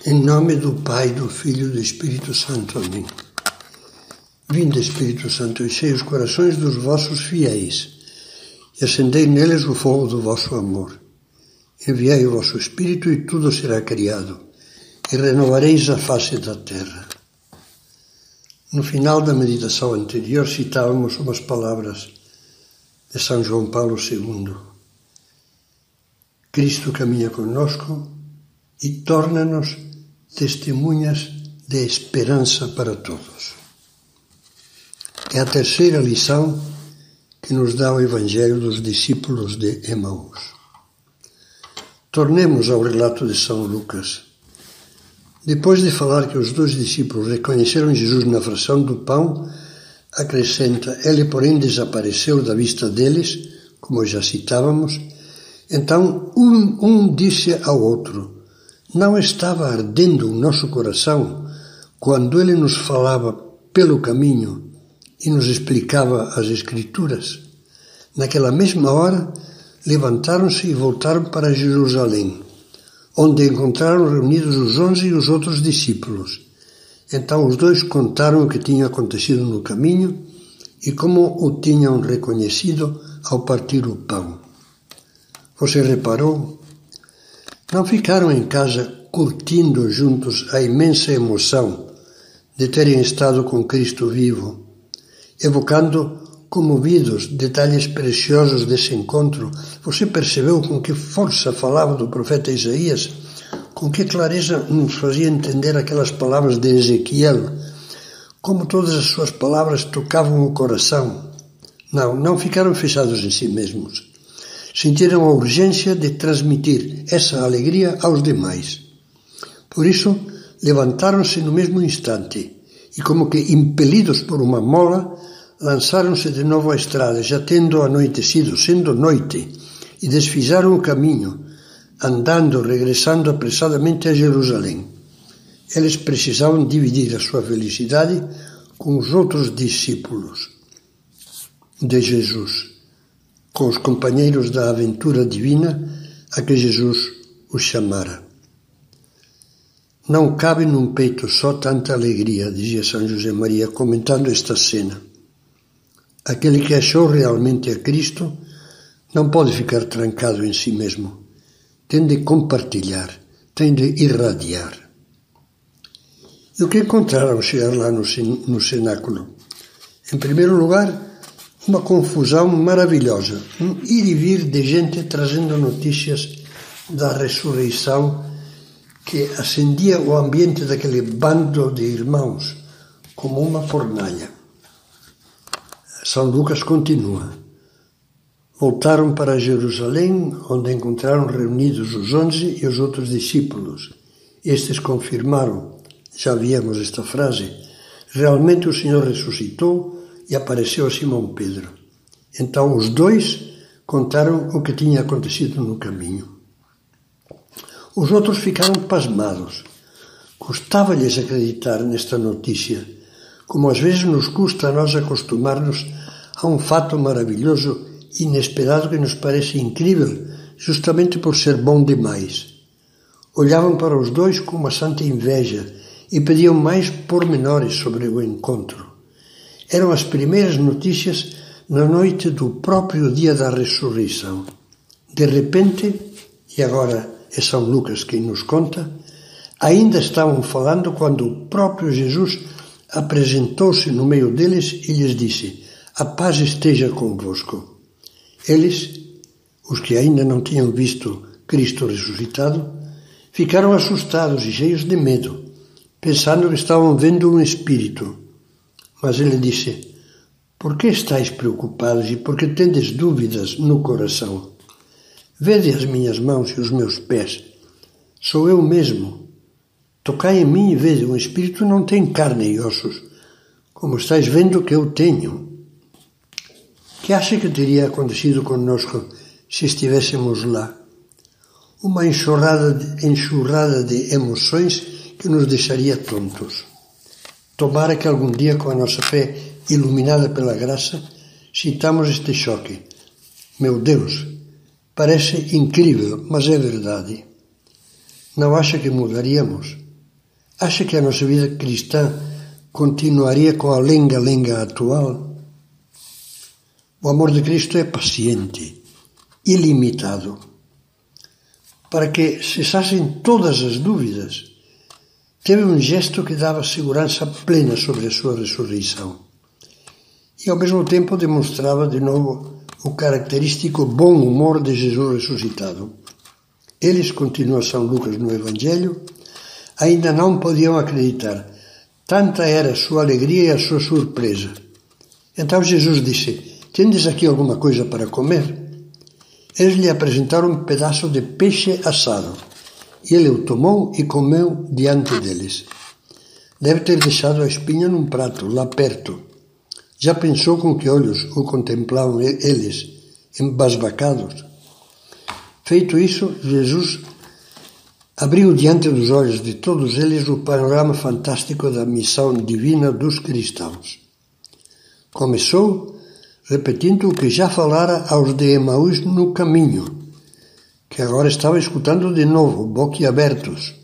Em nome do Pai, do Filho e do Espírito Santo. Amém. Vinde, Espírito Santo, enchei os corações dos vossos fiéis e acendei neles o fogo do vosso amor. Enviai o vosso Espírito e tudo será criado, e renovareis a face da terra. No final da meditação anterior citávamos umas palavras de São João Paulo II. Cristo caminha conosco e torna-nos testemunhas de esperança para todos. É a terceira lição que nos dá o Evangelho dos discípulos de Emaús. Tornemos ao relato de São Lucas. Depois de falar que os dois discípulos reconheceram Jesus na fração do pão, acrescenta: ele, porém, desapareceu da vista deles, como já citávamos. Então um disse ao outro: não estava ardendo o nosso coração quando ele nos falava pelo caminho e nos explicava as Escrituras? Naquela mesma hora, levantaram-se e voltaram para Jerusalém, onde encontraram reunidos os 11 e os outros discípulos. Então os dois contaram o que tinha acontecido no caminho e como o tinham reconhecido ao partir o pão. Você reparou? Não ficaram em casa curtindo juntos a imensa emoção de terem estado com Cristo vivo, evocando comovidos detalhes preciosos desse encontro. Você percebeu com que força falava do profeta Isaías? Com que clareza nos fazia entender aquelas palavras de Ezequiel? Como todas as suas palavras tocavam o coração. Não ficaram fechados em si mesmos. Sentiram a urgência de transmitir essa alegria aos demais. Por isso, levantaram-se no mesmo instante e, como que impelidos por uma mola, lançaram-se de novo à estrada, já tendo anoitecido, sendo noite, e desfizeram o caminho, andando, regressando apressadamente a Jerusalém. Eles precisavam dividir a sua felicidade com os outros discípulos de Jesus, com os companheiros da aventura divina a que Jesus os chamara. Não cabe num peito só tanta alegria, dizia São José Maria, comentando esta cena. Aquele que achou realmente a Cristo não pode ficar trancado em si mesmo. Tem de compartilhar, tem de irradiar. E o que encontraram ao chegar lá no cenáculo? Em primeiro lugar, uma confusão maravilhosa, um ir e vir de gente trazendo notícias da ressurreição que acendia o ambiente daquele bando de irmãos como uma fornalha. São Lucas continua. Voltaram para Jerusalém, onde encontraram reunidos os 11 e os outros discípulos. Estes confirmaram, já víamos esta frase, realmente o Senhor ressuscitou e apareceu a Simão Pedro. Então os dois contaram o que tinha acontecido no caminho. Os outros ficaram pasmados. Custava-lhes acreditar nesta notícia, como às vezes nos custa a nós acostumar-nos a um fato maravilhoso, inesperado, que nos parece incrível, justamente por ser bom demais. Olhavam para os dois com uma santa inveja e pediam mais pormenores sobre o encontro. Eram as primeiras notícias na noite do próprio dia da ressurreição. De repente, e agora é São Lucas quem nos conta, ainda estavam falando quando o próprio Jesus apresentou-se no meio deles e lhes disse: a paz esteja convosco. Eles, os que ainda não tinham visto Cristo ressuscitado, ficaram assustados e cheios de medo, pensando que estavam vendo um espírito. Mas ele disse: por que estáis preocupados e por que tendes dúvidas no coração? Vede as minhas mãos e os meus pés. Sou eu mesmo. Tocai em mim e vede, um espírito não tem carne e ossos, como estáis vendo que eu tenho. Que acha que teria acontecido conosco se estivéssemos lá? Uma enxurrada de emoções que nos deixaria tontos. Tomara que algum dia, com a nossa fé iluminada pela graça, sintamos este choque. Meu Deus, parece incrível, mas é verdade. Não acha que mudaríamos? Acha que a nossa vida cristã continuaria com a lenga-lenga atual? O amor de Cristo é paciente, ilimitado. Para que cessassem todas as dúvidas, teve um gesto que dava segurança plena sobre a sua ressurreição. E ao mesmo tempo demonstrava de novo o característico bom humor de Jesus ressuscitado. Eles, continua São Lucas no Evangelho, ainda não podiam acreditar. Tanta era a sua alegria e a sua surpresa. Então Jesus disse: "Tendes aqui alguma coisa para comer?" Eles lhe apresentaram um pedaço de peixe assado. E ele o tomou e comeu diante deles. Deve ter deixado a espinha num prato, lá perto. Já pensou com que olhos o contemplavam eles, embasbacados? Feito isso, Jesus abriu diante dos olhos de todos eles o panorama fantástico da missão divina dos cristãos. Começou repetindo o que já falara aos de Emaús no caminho, que agora estava escutando de novo, boquiabertos.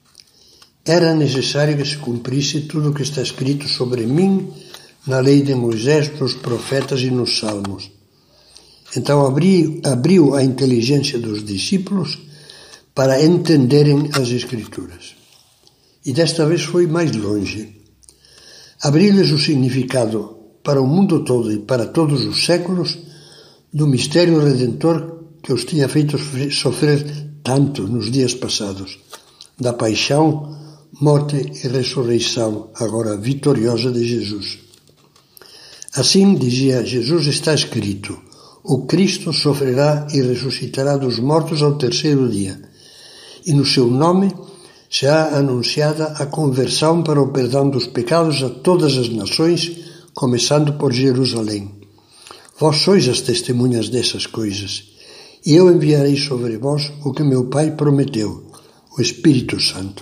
Era necessário que se cumprisse tudo o que está escrito sobre mim na lei de Moisés, nos profetas e nos salmos. Então abriu a inteligência dos discípulos para entenderem as Escrituras. E desta vez foi mais longe. Abriu-lhes o significado para o mundo todo e para todos os séculos do mistério redentor que os tinha feito sofrer tanto nos dias passados, da paixão, morte e ressurreição, agora vitoriosa de Jesus. Assim, dizia Jesus, está escrito: o Cristo sofrerá e ressuscitará dos mortos ao terceiro dia, e no seu nome será anunciada a conversão para o perdão dos pecados a todas as nações, começando por Jerusalém. Vós sois as testemunhas dessas coisas, e eu enviarei sobre vós o que meu Pai prometeu, o Espírito Santo.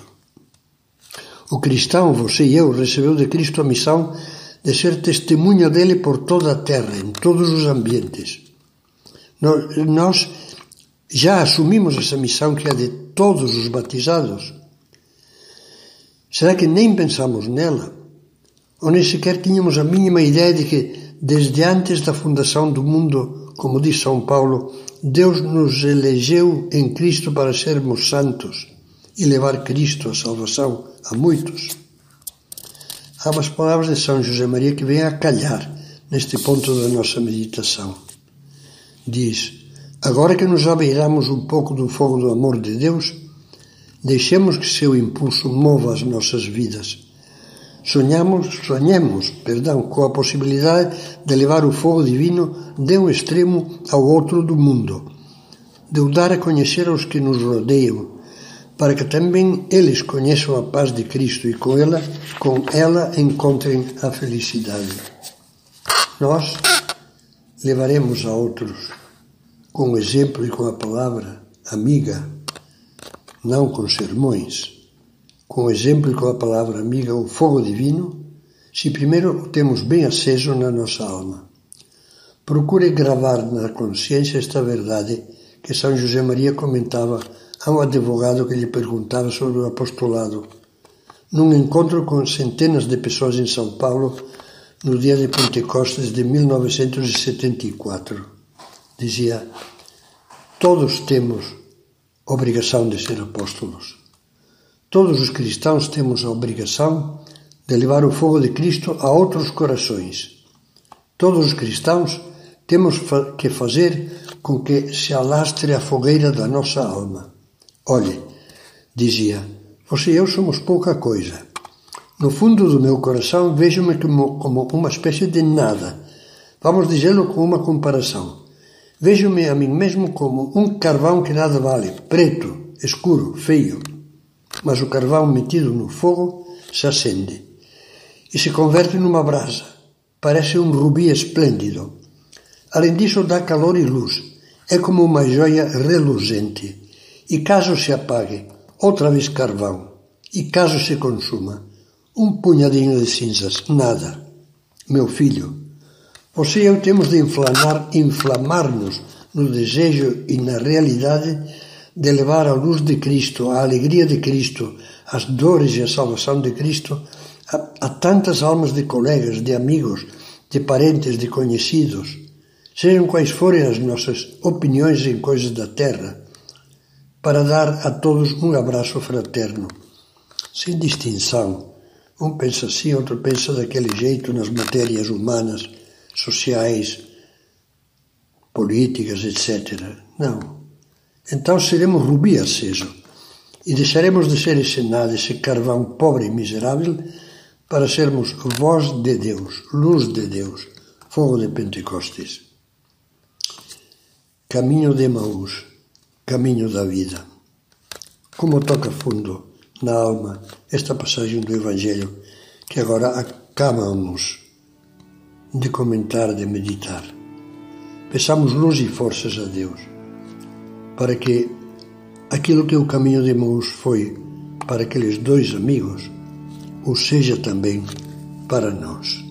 O cristão, você e eu, recebeu de Cristo a missão de ser testemunha dele por toda a terra, em todos os ambientes. Nós já assumimos essa missão que é de todos os batizados. Será que nem pensamos nela? Ou nem sequer tínhamos a mínima ideia de que, desde antes da fundação do mundo, como diz São Paulo, Deus nos elegeu em Cristo para sermos santos e levar Cristo a salvação a muitos? Há umas palavras de São José Maria que vêm a calhar neste ponto da nossa meditação. Diz: agora que nos abeiramos um pouco do fogo do amor de Deus, deixemos que seu impulso mova as nossas vidas. Sonhemos com a possibilidade de levar o fogo divino de um extremo ao outro do mundo, de o dar a conhecer aos que nos rodeiam, para que também eles conheçam a paz de Cristo e com ela encontrem a felicidade. Nós levaremos a outros com o exemplo e com a palavra amiga, não com sermões, com o exemplo e com a palavra amiga, o fogo divino, se primeiro o temos bem aceso na nossa alma. Procure gravar na consciência esta verdade que São José Maria comentava a um advogado que lhe perguntava sobre o apostolado, num encontro com centenas de pessoas em São Paulo, no dia de Pentecostes de 1974. Dizia: todos temos obrigação de ser apóstolos. Todos os cristãos temos a obrigação de levar o fogo de Cristo a outros corações. Todos os cristãos temos que fazer com que se alastre a fogueira da nossa alma. Olhe, dizia, você e eu somos pouca coisa. No fundo do meu coração vejo-me como uma espécie de nada. Vamos dizê-lo com uma comparação. Vejo-me a mim mesmo como um carvão que nada vale, preto, escuro, feio. Mas o carvão metido no fogo se acende e se converte numa brasa. Parece um rubi esplêndido. Além disso, dá calor e luz. É como uma joia reluzente. E caso se apague, outra vez carvão. E caso se consuma, um punhadinho de cinzas, nada. Meu filho, você e eu temos de inflamar-nos no desejo e na realidade de levar a luz de Cristo, a alegria de Cristo, as dores e a salvação de Cristo a tantas almas de colegas, de amigos, de parentes, de conhecidos, sejam quais forem as nossas opiniões em coisas da terra, para dar a todos um abraço fraterno, sem distinção. Um pensa assim, outro pensa daquele jeito nas matérias humanas, sociais, políticas, etc. Não. Então seremos rubi aceso e deixaremos de ser esse nada, esse carvão pobre e miserável, para sermos voz de Deus, luz de Deus, fogo de Pentecostes. Caminho de Emaús, caminho da vida. Como toca fundo na alma esta passagem do Evangelho que agora acabamos de comentar, de meditar. Peçamos luz e forças a Deus, para que aquilo que o caminho de Emaús foi para aqueles dois amigos, o seja também para nós.